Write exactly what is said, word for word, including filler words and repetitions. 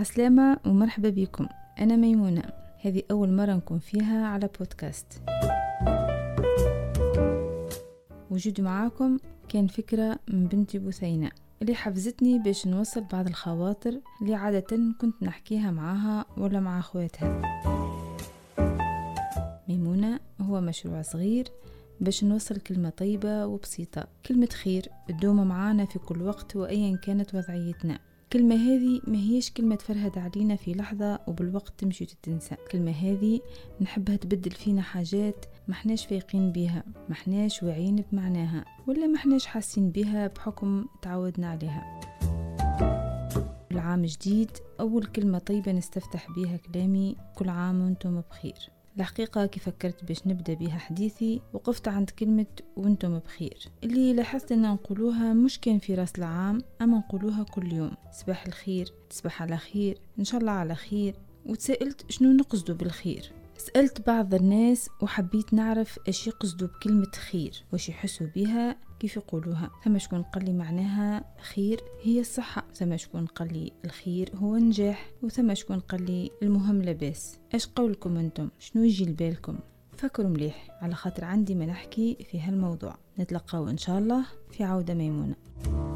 عسلامة ومرحبا بكم. أنا ميمونة، هذه أول مرة نكون فيها على بودكاست. وجود معاكم كان فكرة من بنتي بثينة اللي حفزتني باش نوصل بعض الخواطر اللي عادة كنت نحكيها معاها ولا مع أخواتها. ميمونة هو مشروع صغير باش نوصل كلمة طيبة وبسيطة، كلمة خير تدوم معانا في كل وقت وأيا كانت وضعيتنا. كلمة هذه ما هيش كلمة تفرهد علينا في لحظة وبالوقت تمشي وتتنسى. كلمة هذه نحبها تبدل فينا حاجات محناش فايقين بيها، محناش واعيين بمعناها، ولا محناش حاسين بيها بحكم تعودنا عليها. العام جديد، أول كلمة طيبة نستفتح بيها كلامي: كل عام وانتم بخير. الحقيقة كيف فكرت باش نبدأ بها حديثي وقفت عند كلمة وانتم بخير، اللي لاحظت ان نقولوها مش كان في راس العام، اما نقولوها كل يوم. صباح الخير، تصبح على خير، ان شاء الله على خير. وتسألت شنو نقصدوا بالخير. سألت بعض الناس وحبيت نعرف ايش يقصدوا بكلمة خير، واش يحسوا بها، كيف يقولوها. ثم شكون قال لي معناها خير هي الصحة، ثم شكون قال لي الخير هو النجاح، وثم شكون قال لي المهم لباس. ايش قولكم انتم؟ شنو يجي لبالكم؟ فكروا مليح، على خاطر عندي ما نحكي في هالموضوع. نتلقاو ان شاء الله في عودة ميمونة.